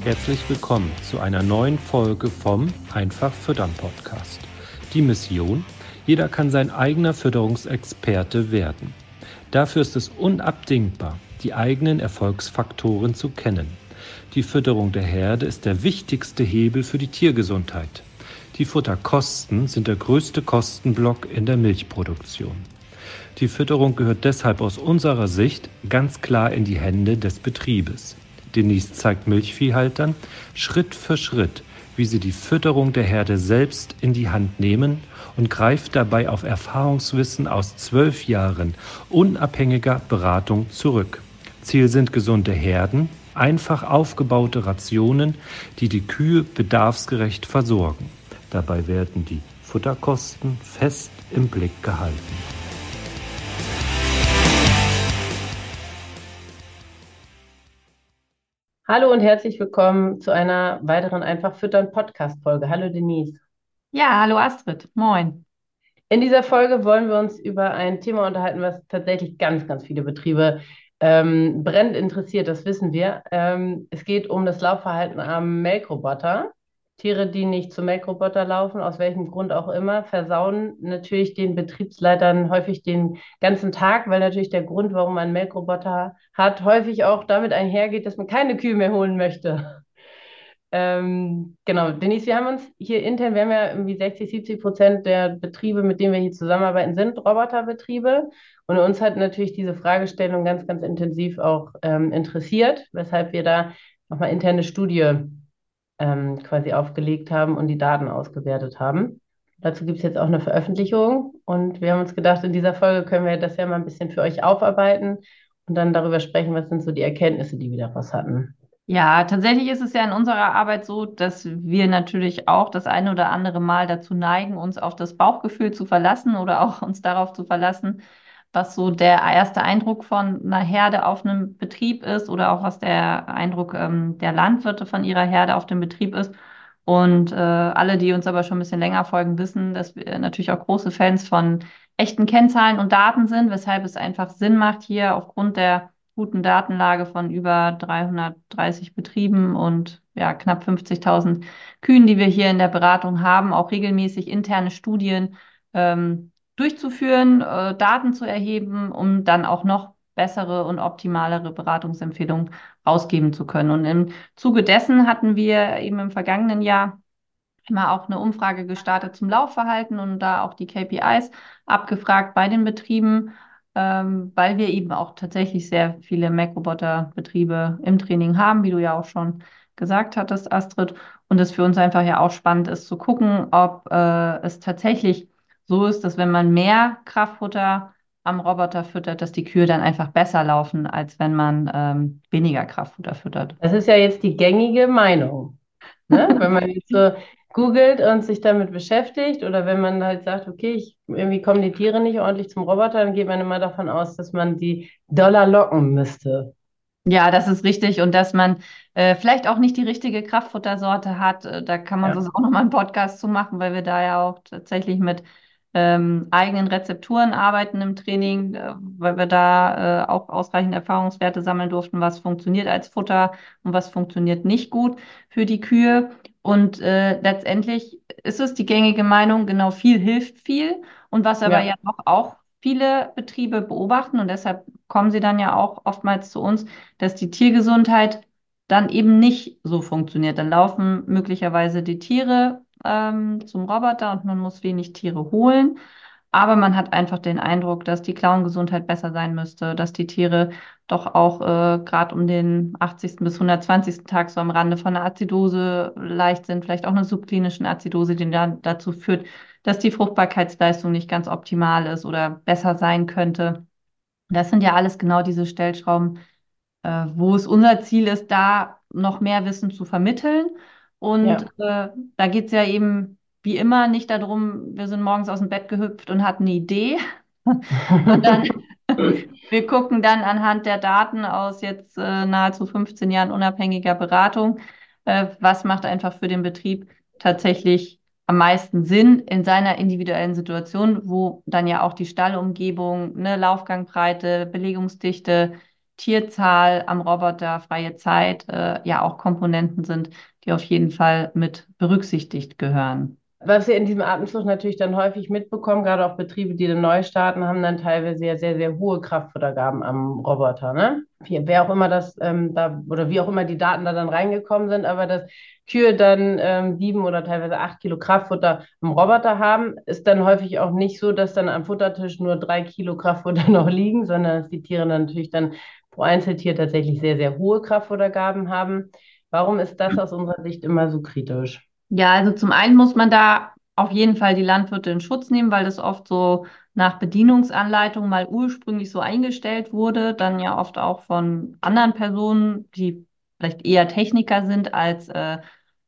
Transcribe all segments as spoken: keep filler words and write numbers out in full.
Herzlich willkommen zu einer neuen Folge vom Einfach Füttern Podcast. Die Mission: Jeder kann sein eigener Fütterungsexperte werden. Dafür ist es unabdingbar, die eigenen Erfolgsfaktoren zu kennen. Die Fütterung der Herde ist der wichtigste Hebel für die Tiergesundheit. Die Futterkosten sind der größte Kostenblock in der Milchproduktion. Die Fütterung gehört deshalb aus unserer Sicht ganz klar in die Hände des Betriebes. Denise zeigt Milchviehhaltern Schritt für Schritt, wie sie die Fütterung der Herde selbst in die Hand nehmen und greift dabei auf Erfahrungswissen aus zwölf Jahren unabhängiger Beratung zurück. Ziel sind gesunde Herden, einfach aufgebaute Rationen, die die Kühe bedarfsgerecht versorgen. Dabei werden die Futterkosten fest im Blick gehalten. Hallo und herzlich willkommen zu einer weiteren Einfach Füttern Podcast-Folge. Hallo Denise. Ja, hallo Astrid, moin. In dieser Folge wollen wir uns über ein Thema unterhalten, was tatsächlich ganz, ganz viele Betriebe ähm, brennend interessiert, das wissen wir. Ähm, es geht um das Laufverhalten am Melkroboter. Tiere, die nicht zum Melkroboter laufen, aus welchem Grund auch immer, versauen natürlich den Betriebsleitern häufig den ganzen Tag, weil natürlich der Grund, warum man einen Melkroboter hat, häufig auch damit einhergeht, dass man keine Kühe mehr holen möchte. Ähm, genau, Denise, wir haben uns hier intern, wir haben ja irgendwie sechzig, siebzig Prozent der Betriebe, mit denen wir hier zusammenarbeiten, sind Roboterbetriebe. Und uns hat natürlich diese Fragestellung ganz, ganz intensiv auch ähm, interessiert, weshalb wir da nochmal interne Studie ähm, quasi aufgelegt haben und die Daten ausgewertet haben. Dazu gibt es jetzt auch eine Veröffentlichung und wir haben uns gedacht, in dieser Folge können wir das ja mal ein bisschen für euch aufarbeiten und dann darüber sprechen, was sind so die Erkenntnisse, die wir daraus hatten. Ja, tatsächlich ist es ja in unserer Arbeit so, dass wir natürlich auch das eine oder andere Mal dazu neigen, uns auf das Bauchgefühl zu verlassen oder auch uns darauf zu verlassen, was so der erste Eindruck von einer Herde auf einem Betrieb ist oder auch was der Eindruck ähm, der Landwirte von ihrer Herde auf dem Betrieb ist. Und äh, alle, die uns aber schon ein bisschen länger folgen, wissen, dass wir natürlich auch große Fans von echten Kennzahlen und Daten sind, weshalb es einfach Sinn macht, hier aufgrund der guten Datenlage von über dreihundertdreißig Betrieben und ja, knapp fünfzigtausend Kühen, die wir hier in der Beratung haben, auch regelmäßig interne Studien ähm, durchzuführen, äh, Daten zu erheben, um dann auch noch bessere und optimalere Beratungsempfehlungen rausgeben zu können. Und im Zuge dessen hatten wir eben im vergangenen Jahr immer auch eine Umfrage gestartet zum Laufverhalten und da auch die K P Is abgefragt bei den Betrieben, ähm, weil wir eben auch tatsächlich sehr viele Mac-Roboter-Betriebe im Training haben, wie du ja auch schon gesagt hattest, Astrid. Und es für uns einfach ja auch spannend ist zu gucken, ob äh, es tatsächlich so ist, dass wenn man mehr Kraftfutter am Roboter füttert, dass die Kühe dann einfach besser laufen, als wenn man ähm, weniger Kraftfutter füttert. Das ist ja jetzt die gängige Meinung. Ne? Wenn man jetzt so googelt und sich damit beschäftigt oder wenn man halt sagt, okay, ich, irgendwie kommen die Tiere nicht ordentlich zum Roboter, dann geht man immer davon aus, dass man die Dollar locken müsste. Ja, das ist richtig. Und dass man äh, vielleicht auch nicht die richtige Kraftfuttersorte hat. Äh, da kann man Ja. sonst auch nochmal einen Podcast zu machen, weil wir da ja auch tatsächlich mit ähm, eigenen Rezepturen arbeiten im Training, äh, weil wir da äh, auch ausreichend Erfahrungswerte sammeln durften, was funktioniert als Futter und was funktioniert nicht gut für die Kühe. Und äh, letztendlich ist es die gängige Meinung, genau, viel hilft viel. Und was aber ja Ja. doch auch viele Betriebe beobachten, und deshalb kommen sie dann ja auch oftmals zu uns, dass die Tiergesundheit dann eben nicht so funktioniert. Dann laufen möglicherweise die Tiere ähm, zum Roboter und man muss wenig Tiere holen. Aber man hat einfach den Eindruck, dass die Klauengesundheit besser sein müsste, dass die Tiere doch auch äh, gerade um den achtzigsten bis hundertzwanzigsten Tag so am Rande von einer Azidose leicht sind, vielleicht auch einer subklinischen Azidose, die dann dazu führt, dass die Fruchtbarkeitsleistung nicht ganz optimal ist oder besser sein könnte. Das sind ja alles genau diese Stellschrauben, äh, wo es unser Ziel ist, da noch mehr Wissen zu vermitteln. Und Ja. äh, da geht es ja eben wie immer nicht darum, wir sind morgens aus dem Bett gehüpft und hatten eine Idee, sondern wir gucken dann anhand der Daten aus jetzt äh, nahezu fünfzehn Jahren unabhängiger Beratung, äh, was macht einfach für den Betrieb tatsächlich am meisten Sinn in seiner individuellen Situation, wo dann ja auch die Stallumgebung, ne, Laufgangbreite, Belegungsdichte, Tierzahl am Roboter, freie Zeit, äh, ja auch Komponenten sind, die auf jeden Fall mit berücksichtigt gehören. Was wir in diesem Atemzug natürlich dann häufig mitbekommen, gerade auch Betriebe, die dann neu starten, haben dann teilweise sehr, sehr, sehr hohe Kraftfuttergaben am Roboter, ne? Wie, wer auch immer das ähm, da oder wie auch immer die Daten da dann reingekommen sind, aber dass Kühe dann ähm, sieben oder teilweise acht Kilo Kraftfutter am Roboter haben, ist dann häufig auch nicht so, dass dann am Futtertisch nur drei Kilo Kraftfutter noch liegen, sondern dass die Tiere dann natürlich dann pro Einzeltier tatsächlich sehr, sehr hohe Kraftfuttergaben haben. Warum ist das aus unserer Sicht immer so kritisch? Ja, also zum einen muss man da auf jeden Fall die Landwirte in Schutz nehmen, weil das oft so nach Bedienungsanleitung mal ursprünglich so eingestellt wurde, dann ja oft auch von anderen Personen, die vielleicht eher Techniker sind als äh,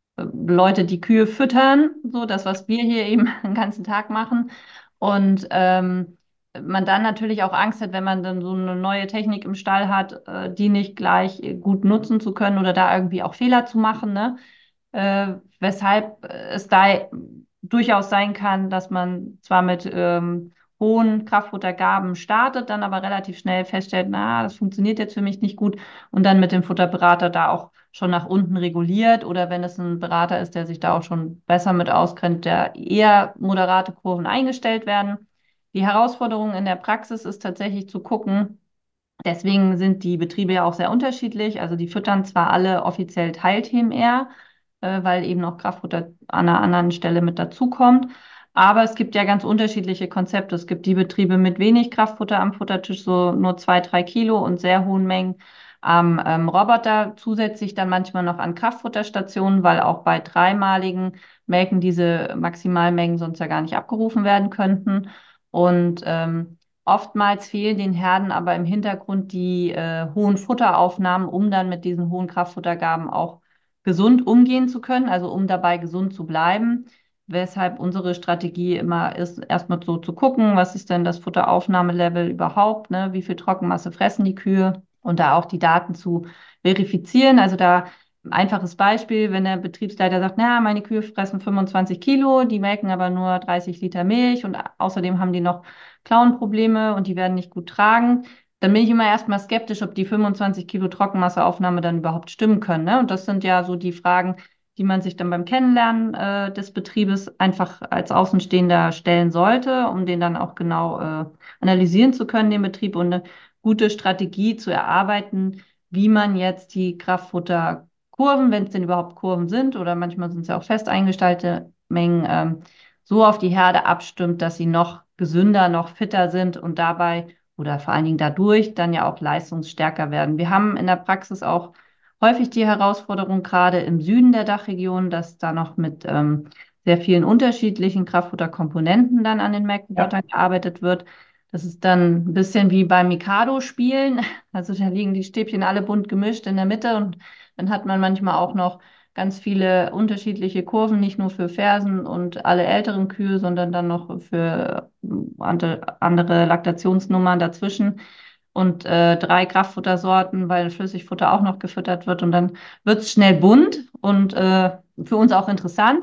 Leute, die Kühe füttern, so das, was wir hier eben den ganzen Tag machen. Und ähm, man dann natürlich auch Angst hat, wenn man dann so eine neue Technik im Stall hat, äh, die nicht gleich gut nutzen zu können oder da irgendwie auch Fehler zu machen, ne? Äh, weshalb es da durchaus sein kann, dass man zwar mit ähm, hohen Kraftfuttergaben startet, dann aber relativ schnell feststellt, na, das funktioniert jetzt für mich nicht gut und dann mit dem Futterberater da auch schon nach unten reguliert oder wenn es ein Berater ist, der sich da auch schon besser mit auskennt, der eher moderate Kurven eingestellt werden. Die Herausforderung in der Praxis ist tatsächlich zu gucken, deswegen sind die Betriebe ja auch sehr unterschiedlich. Also die füttern zwar alle offiziell Teilthemen eher, äh, weil eben noch Kraftfutter an einer anderen Stelle mit dazukommt. Aber es gibt ja ganz unterschiedliche Konzepte. Es gibt die Betriebe mit wenig Kraftfutter am Futtertisch, so nur zwei, drei Kilo und sehr hohen Mengen am ähm, Roboter. Zusätzlich dann manchmal noch an Kraftfutterstationen, weil auch bei dreimaligen Melken diese Maximalmengen sonst ja gar nicht abgerufen werden könnten. Und ähm, oftmals fehlen den Herden aber im Hintergrund die äh, hohen Futteraufnahmen, um dann mit diesen hohen Kraftfuttergaben auch gesund umgehen zu können, also um dabei gesund zu bleiben. Weshalb unsere Strategie immer ist, erstmal so zu gucken, was ist denn das Futteraufnahmelevel überhaupt, ne? Wie viel Trockenmasse fressen die Kühe und da auch die Daten zu verifizieren. Also da ein einfaches Beispiel, wenn der Betriebsleiter sagt, na, meine Kühe fressen fünfundzwanzig Kilo, die melken aber nur dreißig Liter Milch und außerdem haben die noch Klauenprobleme und die werden nicht gut tragen, dann bin ich immer erstmal skeptisch, ob die fünfundzwanzig Kilo Trockenmasseaufnahme dann überhaupt stimmen können. Ne? Und das sind ja so die Fragen, die man sich dann beim Kennenlernen äh, des Betriebes einfach als Außenstehender stellen sollte, um den dann auch genau äh, analysieren zu können, den Betrieb und eine gute Strategie zu erarbeiten, wie man jetzt die Kraftfutterkurven, wenn es denn überhaupt Kurven sind, oder manchmal sind es ja auch fest eingestellte Mengen, ähm, so auf die Herde abstimmt, dass sie noch gesünder, noch fitter sind und dabei oder vor allen Dingen dadurch dann ja auch leistungsstärker werden. Wir haben in der Praxis auch häufig die Herausforderung, gerade im Süden der Dachregion, dass da noch mit ähm, sehr vielen unterschiedlichen Kraftfutterkomponenten dann an den Melkrobotern ja. gearbeitet wird. Das ist dann ein bisschen wie beim Mikado-Spielen. Also da liegen die Stäbchen alle bunt gemischt in der Mitte und dann hat man manchmal auch noch ganz viele unterschiedliche Kurven, nicht nur für Fersen und alle älteren Kühe, sondern dann noch für andere Laktationsnummern dazwischen und äh, drei Kraftfuttersorten, weil Flüssigfutter auch noch gefüttert wird und dann wird es schnell bunt und äh, für uns auch interessant.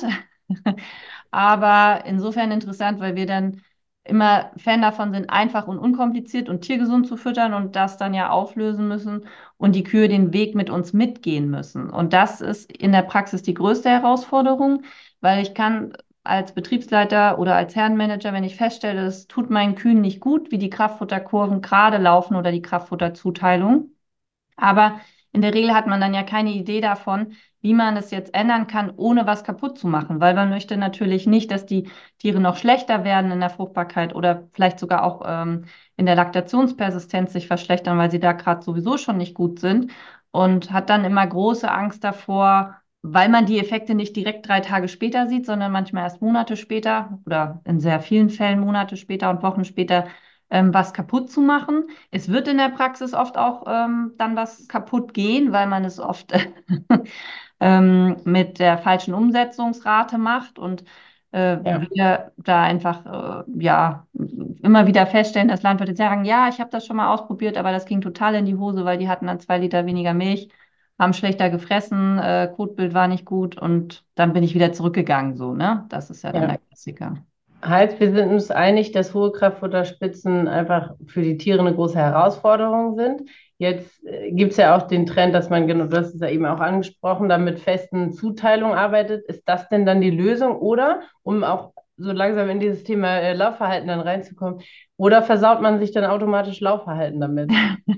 Aber insofern interessant, weil wir dann immer Fan davon sind, einfach und unkompliziert und tiergesund zu füttern und das dann ja auflösen müssen und die Kühe den Weg mit uns mitgehen müssen. Und das ist in der Praxis die größte Herausforderung, weil ich kann als Betriebsleiter oder als Herdenmanager, wenn ich feststelle, es tut meinen Kühen nicht gut, wie die Kraftfutterkurven gerade laufen oder die Kraftfutterzuteilung. Aber in der Regel hat man dann ja keine Idee davon, wie man es jetzt ändern kann, ohne was kaputt zu machen, weil man möchte natürlich nicht, dass die Tiere noch schlechter werden in der Fruchtbarkeit oder vielleicht sogar auch ähm, in der Laktationspersistenz sich verschlechtern, weil sie da gerade sowieso schon nicht gut sind und hat dann immer große Angst davor, weil man die Effekte nicht direkt drei Tage später sieht, sondern manchmal erst Monate später oder in sehr vielen Fällen Monate später und Wochen später ähm, was kaputt zu machen. Es wird in der Praxis oft auch ähm, dann was kaputt gehen, weil man es oft ähm, mit der falschen Umsetzungsrate macht und äh, Ja. wir da einfach äh, ja immer wieder feststellen, dass Landwirte sagen, ja, ich habe das schon mal ausprobiert, aber das ging total in die Hose, weil die hatten dann zwei Liter weniger Milch, haben schlechter gefressen, äh, Kotbild war nicht gut und dann bin ich wieder zurückgegangen, so, ne? Das ist ja dann Ja. der Klassiker. Heißt, wir sind uns einig, dass hohe Kraftfutterspitzen einfach für die Tiere eine große Herausforderung sind. Jetzt äh, gibt es ja auch den Trend, dass man, genau, du hast es ja eben auch angesprochen, dann mit festen Zuteilungen arbeitet. Ist das denn dann die Lösung? Oder, um auch so langsam in dieses Thema äh, Laufverhalten dann reinzukommen, oder versaut man sich dann automatisch Laufverhalten damit?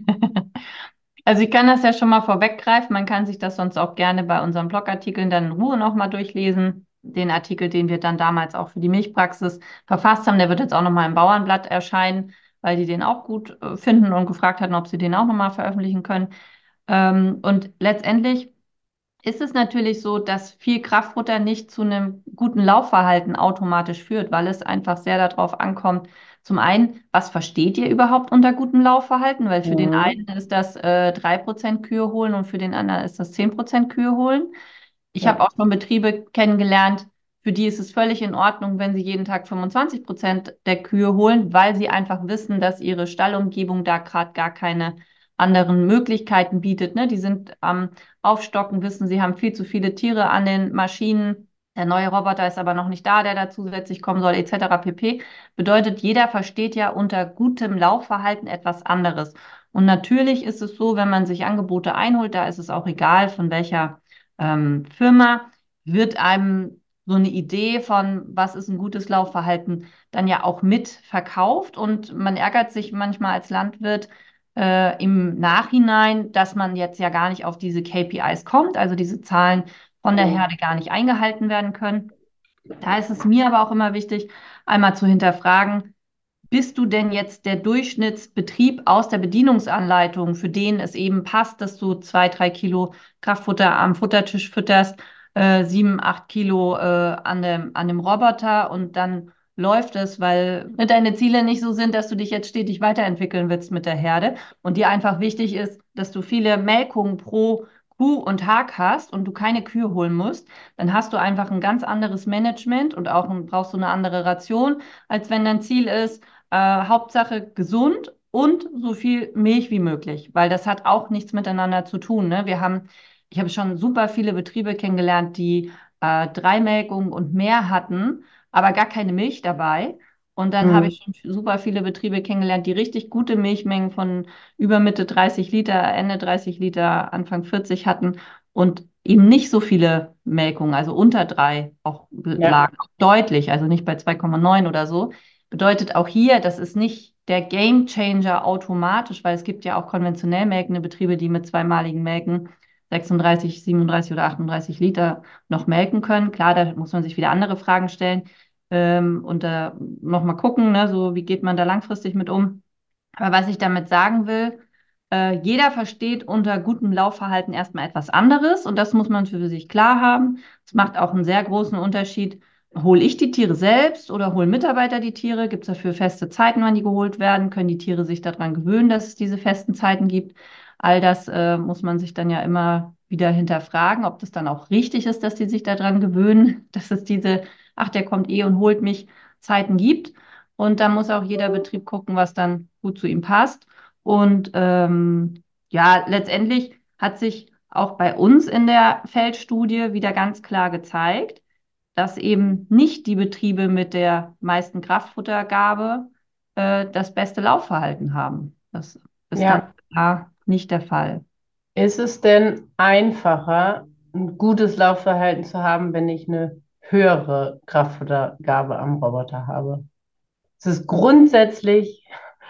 Also ich kann das ja schon mal vorweggreifen. Man kann sich das sonst auch gerne bei unseren Blogartikeln dann in Ruhe nochmal durchlesen. Den Artikel, den wir dann damals auch für die Milchpraxis verfasst haben, der wird jetzt auch nochmal im Bauernblatt erscheinen, weil die den auch gut äh, finden und gefragt hatten, ob sie den auch nochmal veröffentlichen können. Ähm, und letztendlich ist es natürlich so, dass viel Kraftfutter nicht zu einem guten Laufverhalten automatisch führt, weil es einfach sehr darauf ankommt, zum einen, was versteht ihr überhaupt unter gutem Laufverhalten? Weil für den Mhm. einen ist das äh, drei Prozent Kühe holen und für den anderen ist das zehn Prozent Kühe holen. Ich habe Ja. auch schon Betriebe kennengelernt, für die ist es völlig in Ordnung, wenn sie jeden Tag fünfundzwanzig Prozent der Kühe holen, weil sie einfach wissen, dass ihre Stallumgebung da gerade gar keine anderen Möglichkeiten bietet. Ne? Die sind am Aufstocken, wissen, sie haben viel zu viele Tiere an den Maschinen. Der neue Roboter ist aber noch nicht da, der da zusätzlich kommen soll, et cetera pp. Bedeutet, jeder versteht ja unter gutem Laufverhalten etwas anderes. Und natürlich ist es so, wenn man sich Angebote einholt, da ist es auch egal, von welcher ähm, Firma, wird einem so eine Idee von, was ist ein gutes Laufverhalten, dann ja auch mit verkauft. Und man ärgert sich manchmal als Landwirt äh, im Nachhinein, dass man jetzt ja gar nicht auf diese K P Is kommt, also diese Zahlen von der Mhm. Herde gar nicht eingehalten werden können. Da ist es mir aber auch immer wichtig, einmal zu hinterfragen, bist du denn jetzt der Durchschnittsbetrieb aus der Bedienungsanleitung, für den es eben passt, dass du zwei, drei Kilo Kraftfutter am Futtertisch fütterst, äh, sieben, acht Kilo äh, an dem, an dem Roboter und dann läuft es, weil deine Ziele nicht so sind, dass du dich jetzt stetig weiterentwickeln willst mit der Herde und dir einfach wichtig ist, dass du viele Melkungen pro Kuh und Tag hast und du keine Kühe holen musst, dann hast du einfach ein ganz anderes Management und auch ein, brauchst du eine andere Ration, als wenn dein Ziel ist, äh, Hauptsache gesund und so viel Milch wie möglich, weil das hat auch nichts miteinander zu tun. Ne? Wir haben, ich habe schon super viele Betriebe kennengelernt, die äh, drei Melkungen und mehr hatten, aber gar keine Milch dabei. Und dann habe Mhm. ich schon super viele Betriebe kennengelernt, die richtig gute Milchmengen von über Mitte dreißig Liter, Ende dreißig Liter, Anfang vierzig hatten und eben nicht so viele Melkungen, also unter drei auch Ja. lagen, auch deutlich, also nicht bei zwei Komma neun oder so. Bedeutet auch hier, das ist nicht der Game Changer automatisch, weil es gibt ja auch konventionell melkende Betriebe, die mit zweimaligen Melken sechsunddreißig, siebenunddreißig oder achtunddreißig Liter noch melken können. Klar, da muss man sich wieder andere Fragen stellen ähm, und da nochmal gucken, ne, so wie geht man da langfristig mit um. Aber was ich damit sagen will, äh, jeder versteht unter gutem Laufverhalten erstmal etwas anderes und das muss man für sich klar haben. Es macht auch einen sehr großen Unterschied. Hole ich die Tiere selbst oder holen Mitarbeiter die Tiere? Gibt es dafür feste Zeiten, wann die geholt werden? Können die Tiere sich daran gewöhnen, dass es diese festen Zeiten gibt? All das äh, muss man sich dann ja immer wieder hinterfragen, ob das dann auch richtig ist, dass die sich daran gewöhnen, dass es diese, ach, der kommt eh und holt mich, Zeiten gibt. Und da muss auch jeder Betrieb gucken, was dann gut zu ihm passt. Und ähm, ja, letztendlich hat sich auch bei uns in der Feldstudie wieder ganz klar gezeigt, dass eben nicht die Betriebe mit der meisten Kraftfuttergabe äh, das beste Laufverhalten haben. Das ist ganz Ja. klar nicht der Fall. Ist es denn einfacher, ein gutes Laufverhalten zu haben, wenn ich eine höhere Kraftfuttergabe am Roboter habe? Es ist grundsätzlich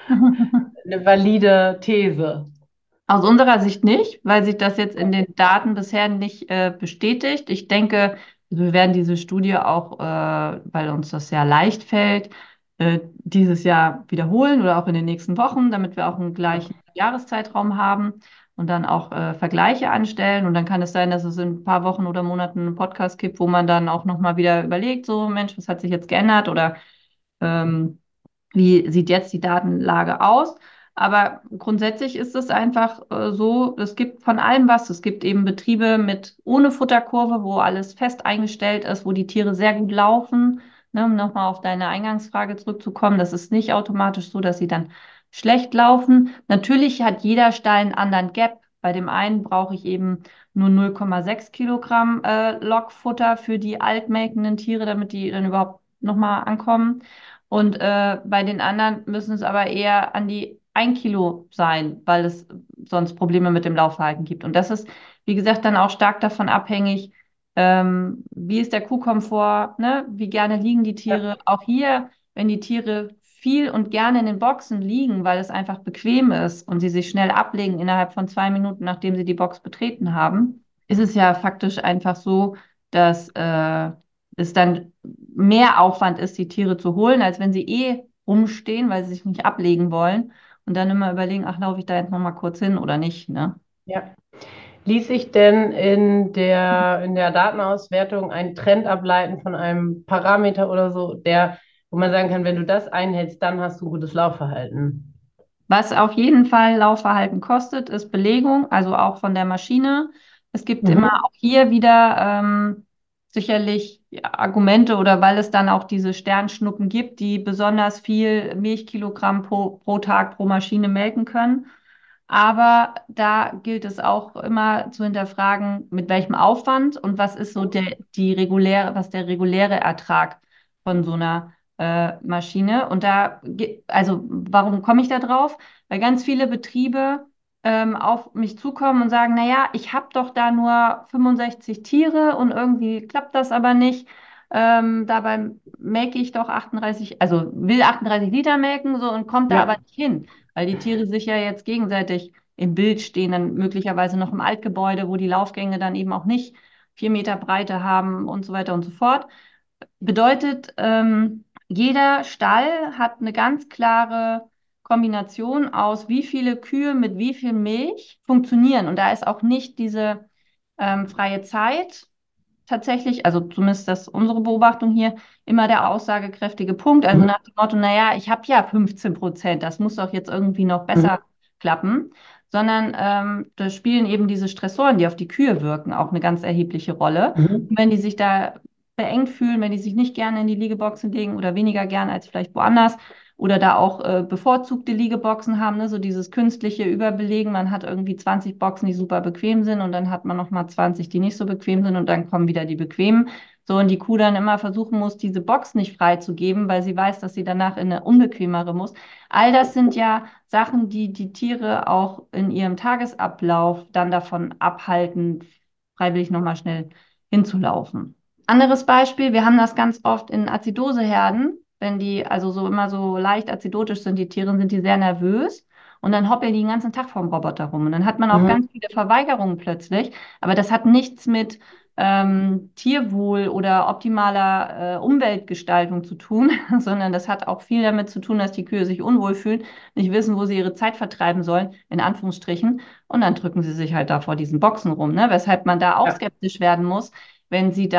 eine valide These. Aus unserer Sicht nicht, weil sich das jetzt in den Daten bisher nicht äh, bestätigt. Ich denke, wir werden diese Studie auch, äh, weil uns das ja leicht fällt, äh, dieses Jahr wiederholen oder auch in den nächsten Wochen, damit wir auch einen gleichen Jahreszeitraum haben und dann auch äh, Vergleiche anstellen. Und dann kann es sein, dass es in ein paar Wochen oder Monaten einen Podcast gibt, wo man dann auch nochmal wieder überlegt, so Mensch, was hat sich jetzt geändert oder ähm, wie sieht jetzt die Datenlage aus? Aber grundsätzlich ist es einfach äh, so, es gibt von allem was. Es gibt eben Betriebe mit ohne Futterkurve, wo alles fest eingestellt ist, wo die Tiere sehr gut laufen. Ne, um nochmal auf deine Eingangsfrage zurückzukommen, das ist nicht automatisch so, dass sie dann schlecht laufen. Natürlich hat jeder Stall einen anderen Gap. Bei dem einen brauche ich eben nur null Komma sechs Kilogramm äh, Lockfutter für die altmelkenden Tiere, damit die dann überhaupt nochmal ankommen. Und äh, bei den anderen müssen es aber eher an die ein Kilo sein, weil es sonst Probleme mit dem Laufverhalten gibt. Und das ist, wie gesagt, dann auch stark davon abhängig, ähm, wie ist der Kuhkomfort, ne? Wie gerne liegen die Ja. Tiere. Auch hier, wenn die Tiere viel und gerne in den Boxen liegen, weil es einfach bequem ist und sie sich schnell ablegen innerhalb von zwei Minuten, nachdem sie die Box betreten haben, ist es ja faktisch einfach so, dass äh, es dann mehr Aufwand ist, die Tiere zu holen, als wenn sie eh rumstehen, weil sie sich nicht ablegen wollen und dann immer überlegen, ach, laufe ich da jetzt nochmal kurz hin oder nicht, ne? Ja. Ließ sich denn in der, in der Datenauswertung ein Trend ableiten von einem Parameter oder so, der, wo man sagen kann, wenn du das einhältst, dann hast du gutes Laufverhalten? Was auf jeden Fall Laufverhalten kostet, ist Belegung, also auch von der Maschine. Es gibt immer Mhm. auch hier wieder ähm, sicherlich ja, Argumente oder weil es dann auch diese Sternschnuppen gibt, die besonders viel Milchkilogramm pro, pro Tag pro Maschine melken können. Aber da gilt es auch immer zu hinterfragen, mit welchem Aufwand und was ist so der, die reguläre, was der reguläre Ertrag von so einer äh, Maschine. Und da, ge- also warum komme ich da drauf? Weil ganz viele Betriebe ähm, auf mich zukommen und sagen, naja, ich habe doch da nur fünfundsechzig Tiere und irgendwie klappt das aber nicht. Ähm, dabei melke ich doch achtunddreißig, also will achtunddreißig Liter melken so und kommt da aber Ja. nicht hin, weil die Tiere sich ja jetzt gegenseitig im Bild stehen, dann möglicherweise noch im Altgebäude, wo die Laufgänge dann eben auch nicht vier Meter Breite haben und so weiter und so fort. Bedeutet, ähm, jeder Stall hat eine ganz klare Kombination aus, wie viele Kühe mit wie viel Milch funktionieren. Und da ist auch nicht diese ähm, freie Zeit tatsächlich, also zumindest das ist unsere Beobachtung hier, immer der aussagekräftige Punkt. Also Mhm. nach dem Motto, naja, ich habe ja fünfzehn Prozent, das muss doch jetzt irgendwie noch Mhm. besser klappen. Sondern ähm, da spielen eben diese Stressoren, die auf die Kühe wirken, auch eine ganz erhebliche Rolle. Mhm. Und wenn die sich da beengt fühlen, wenn die sich nicht gerne in die Liegeboxen legen oder weniger gern als vielleicht woanders oder da auch äh, bevorzugte Liegeboxen haben, ne? So dieses künstliche Überbelegen. Man hat irgendwie zwanzig Boxen, die super bequem sind und dann hat man nochmal zwanzig, die nicht so bequem sind und dann kommen wieder die bequemen. So, und die Kuh dann immer versuchen muss, diese Box nicht freizugeben, weil sie weiß, dass sie danach in eine unbequemere muss. All das sind ja Sachen, die die Tiere auch in ihrem Tagesablauf dann davon abhalten, freiwillig nochmal schnell hinzulaufen. Anderes Beispiel, wir haben das ganz oft in Azidoseherden, wenn die also so immer so leicht azidotisch sind, die Tiere, sind die sehr nervös und dann hoppeln die den ganzen Tag vorm Roboter rum und dann hat man auch Mhm. ganz viele Verweigerungen plötzlich, aber das hat nichts mit ähm, Tierwohl oder optimaler äh, Umweltgestaltung zu tun, sondern das hat auch viel damit zu tun, dass die Kühe sich unwohl fühlen, nicht wissen, wo sie ihre Zeit vertreiben sollen, in Anführungsstrichen, und dann drücken sie sich halt da vor diesen Boxen rum, ne? Weshalb man da auch Ja. skeptisch werden muss, wenn sie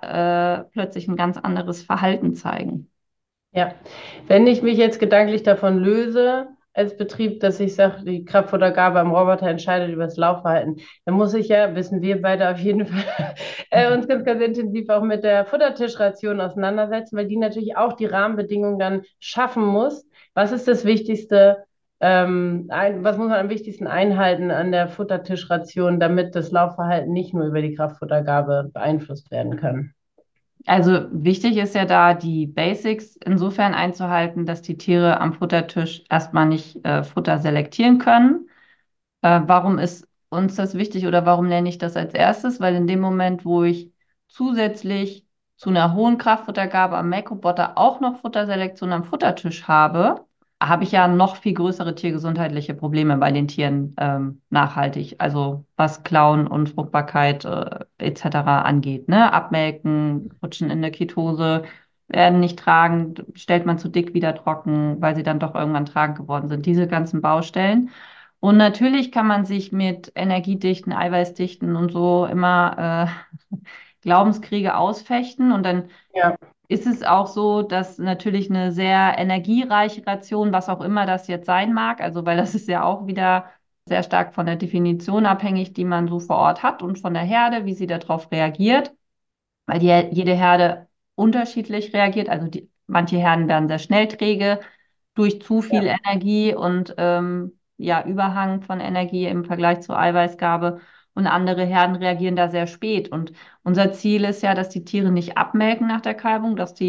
da äh, plötzlich ein ganz anderes Verhalten zeigen. Ja. Wenn ich mich jetzt gedanklich davon löse, als Betrieb, dass ich sage, die Kraftfuttergabe am Roboter entscheidet über das Laufverhalten, dann muss ich ja, wissen wir beide auf jeden Fall, äh, uns ganz, ganz intensiv auch mit der Futtertischration auseinandersetzen, weil die natürlich auch die Rahmenbedingungen dann schaffen muss. Was ist das Wichtigste? Ähm, ein, was muss man am wichtigsten einhalten an der Futtertischration, damit das Laufverhalten nicht nur über die Kraftfuttergabe beeinflusst werden kann? Also wichtig ist ja da, die Basics insofern einzuhalten, dass die Tiere am Futtertisch erstmal nicht äh, Futter selektieren können. Äh, warum ist uns das wichtig oder warum nenne ich das als erstes? Weil in dem Moment, wo ich zusätzlich zu einer hohen Kraftfuttergabe am Makrobotter auch noch Futterselektion am Futtertisch habe, habe ich ja noch viel größere tiergesundheitliche Probleme bei den Tieren ähm, nachhaltig. Also was Klauen, Unfruchtbarkeit äh, et cetera angeht. Ne? Abmelken, rutschen in der Ketose, werden nicht tragend, stellt man zu dick wieder trocken, weil sie dann doch irgendwann tragend geworden sind. Diese ganzen Baustellen. Und natürlich kann man sich mit Energiedichten, Eiweißdichten und so immer äh, Glaubenskriege ausfechten. Und dann Ja, ist es auch so, dass natürlich eine sehr energiereiche Ration, was auch immer das jetzt sein mag, also weil das ist ja auch wieder sehr stark von der Definition abhängig, die man so vor Ort hat und von der Herde, wie sie darauf reagiert, weil die, jede Herde unterschiedlich reagiert. Also die, manche Herden werden sehr schnell träge durch zu viel ja, Energie und ähm, ja, Überhang von Energie im Vergleich zur Eiweißgabe. Und andere Herden reagieren da sehr spät. Und unser Ziel ist ja, dass die Tiere nicht abmelken nach der Kalbung, dass die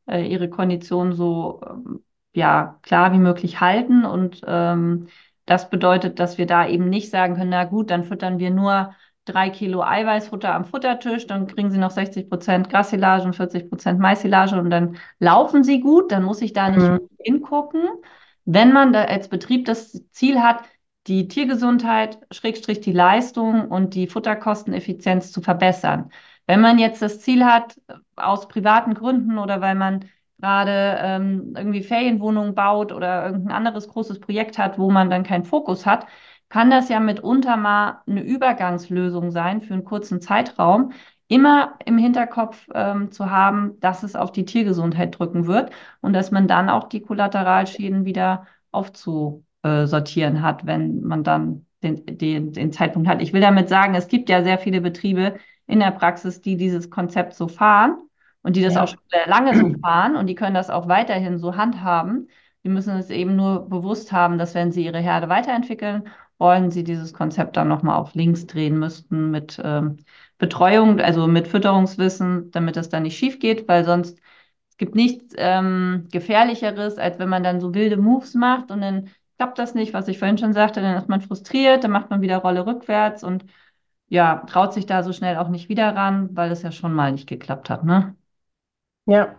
äh, ihre Kondition so ähm, ja, klar wie möglich halten. Und ähm, das bedeutet, dass wir da eben nicht sagen können, na gut, dann füttern wir nur drei Kilo Eiweißfutter am Futtertisch, dann kriegen sie noch sechzig Prozent Grassilage und vierzig Prozent Maissilage und dann laufen sie gut, dann muss ich da nicht Mhm. hingucken. Wenn man da als Betrieb das Ziel hat, die Tiergesundheit, Schrägstrich die Leistung und die Futterkosteneffizienz zu verbessern. Wenn man jetzt das Ziel hat, aus privaten Gründen oder weil man gerade ähm, irgendwie Ferienwohnungen baut oder irgendein anderes großes Projekt hat, wo man dann keinen Fokus hat, kann das ja mitunter mal eine Übergangslösung sein für einen kurzen Zeitraum, immer im Hinterkopf ähm, zu haben, dass es auf die Tiergesundheit drücken wird und dass man dann auch die Kollateralschäden wieder aufzusortieren hat, wenn man dann den, den, den Zeitpunkt hat. Ich will damit sagen, es gibt ja sehr viele Betriebe in der Praxis, die dieses Konzept so fahren und die das auch Ja. schon sehr lange so fahren und die können das auch weiterhin so handhaben. Die müssen es eben nur bewusst haben, dass wenn sie ihre Herde weiterentwickeln, wollen sie dieses Konzept dann nochmal auf links drehen müssten mit ähm, Betreuung, also mit Fütterungswissen, damit es dann nicht schief geht, weil sonst es gibt nichts ähm, Gefährlicheres, als wenn man dann so wilde Moves macht und dann klappt das nicht, was ich vorhin schon sagte, dann ist man frustriert, dann macht man wieder Rolle rückwärts und ja, traut sich da so schnell auch nicht wieder ran, weil es ja schon mal nicht geklappt hat, ne? Ja.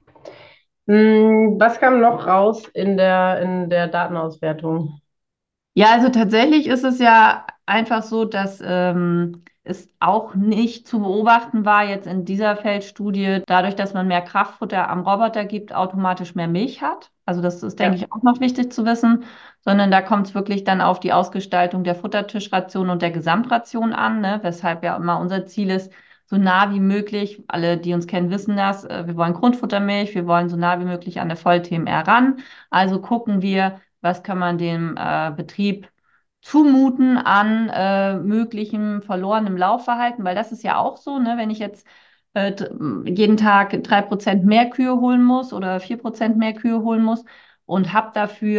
Hm, was kam noch raus in der, in der Datenauswertung? Ja, also tatsächlich ist es ja einfach so, dass ähm, es auch nicht zu beobachten war jetzt in dieser Feldstudie, dadurch, dass man mehr Kraftfutter am Roboter gibt, automatisch mehr Milch hat. Also das ist, denke Ja. ich, auch noch wichtig zu wissen, sondern da kommt es wirklich dann auf die Ausgestaltung der Futtertischration und der Gesamtration an, ne? Weshalb ja immer unser Ziel ist, so nah wie möglich, alle, die uns kennen, wissen das, äh, wir wollen Grundfuttermilch, wir wollen so nah wie möglich an der Voll-T M R ran. Also gucken wir, was kann man dem äh, Betrieb zumuten an äh, möglichem verlorenem Laufverhalten, weil das ist ja auch so, ne, wenn ich jetzt äh, jeden Tag drei Prozent mehr Kühe holen muss oder vier Prozent mehr Kühe holen muss und habe dafür,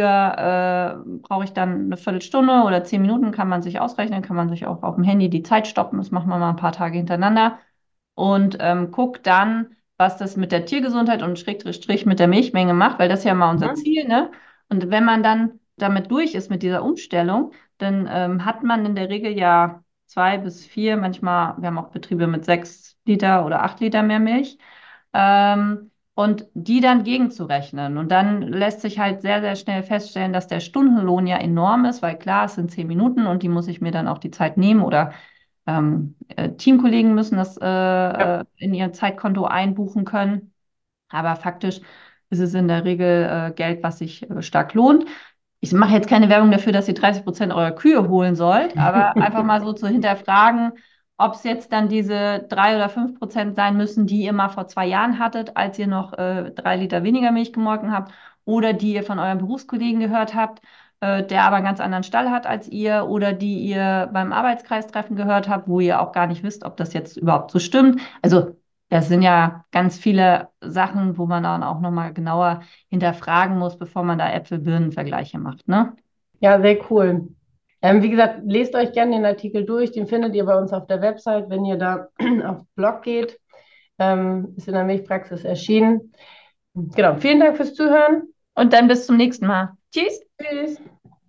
äh, brauche ich dann eine Viertelstunde oder zehn Minuten, kann man sich ausrechnen, kann man sich auch auf dem Handy die Zeit stoppen, das machen wir mal ein paar Tage hintereinander und ähm, guck dann, was das mit der Tiergesundheit und Strich, Strich mit der Milchmenge macht, weil das ist ja mal unser Mhm. Ziel, ne? Und wenn man dann damit durch ist mit dieser Umstellung, dann ähm, hat man in der Regel ja zwei bis vier, manchmal, wir haben auch Betriebe mit sechs Liter oder acht Liter mehr Milch. Ähm, und die dann gegenzurechnen. Und dann lässt sich halt sehr, sehr schnell feststellen, dass der Stundenlohn ja enorm ist, weil klar, es sind zehn Minuten und die muss ich mir dann auch die Zeit nehmen oder ähm, äh, Teamkollegen müssen das äh, Ja. äh, in ihr Zeitkonto einbuchen können. Aber faktisch ist es in der Regel äh, Geld, was sich äh, stark lohnt. Ich mache jetzt keine Werbung dafür, dass ihr dreißig Prozent eurer Kühe holen sollt, aber einfach mal so zu hinterfragen, ob es jetzt dann diese drei oder fünf Prozent sein müssen, die ihr mal vor zwei Jahren hattet, als ihr noch äh, drei Liter weniger Milch gemolken habt, oder die ihr von euren Berufskollegen gehört habt, äh, der aber einen ganz anderen Stall hat als ihr, oder die ihr beim Arbeitskreistreffen gehört habt, wo ihr auch gar nicht wisst, ob das jetzt überhaupt so stimmt. Also das sind ja ganz viele Sachen, wo man dann auch nochmal genauer hinterfragen muss, bevor man da Äpfel-Birnen-Vergleiche macht, ne? Ja, sehr cool. Ähm, wie gesagt, lest euch gerne den Artikel durch. Den findet ihr bei uns auf der Website, wenn ihr da auf Blog geht. Ähm, ist in der Milchpraxis erschienen. Genau. Vielen Dank fürs Zuhören. Und dann bis zum nächsten Mal. Tschüss! Tschüss.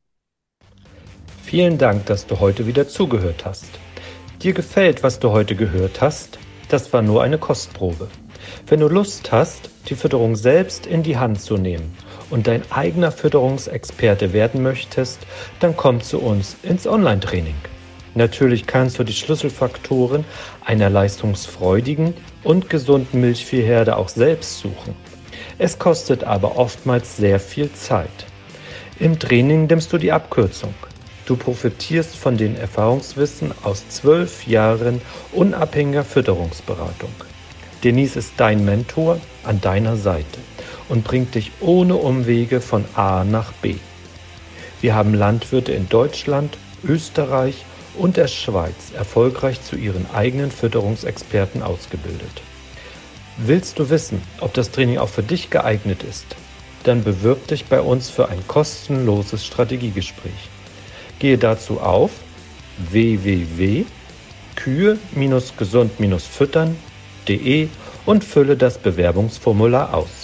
Vielen Dank, dass du heute wieder zugehört hast. Dir gefällt, was du heute gehört hast? Das war nur eine Kostprobe. Wenn du Lust hast, die Fütterung selbst in die Hand zu nehmen und dein eigener Fütterungsexperte werden möchtest, dann komm zu uns ins Online-Training. Natürlich kannst du die Schlüsselfaktoren einer leistungsfreudigen und gesunden Milchviehherde auch selbst suchen. Es kostet aber oftmals sehr viel Zeit. Im Training nimmst du die Abkürzung. Du profitierst von den Erfahrungswissen aus zwölf Jahren unabhängiger Fütterungsberatung. Denise ist dein Mentor an deiner Seite und bringt dich ohne Umwege von A nach B. Wir haben Landwirte in Deutschland, Österreich und der Schweiz erfolgreich zu ihren eigenen Fütterungsexperten ausgebildet. Willst du wissen, ob das Training auch für dich geeignet ist? Dann bewirb dich bei uns für ein kostenloses Strategiegespräch. Gehe dazu auf w w w punkt kühe gesund füttern punkt de und fülle das Bewerbungsformular aus.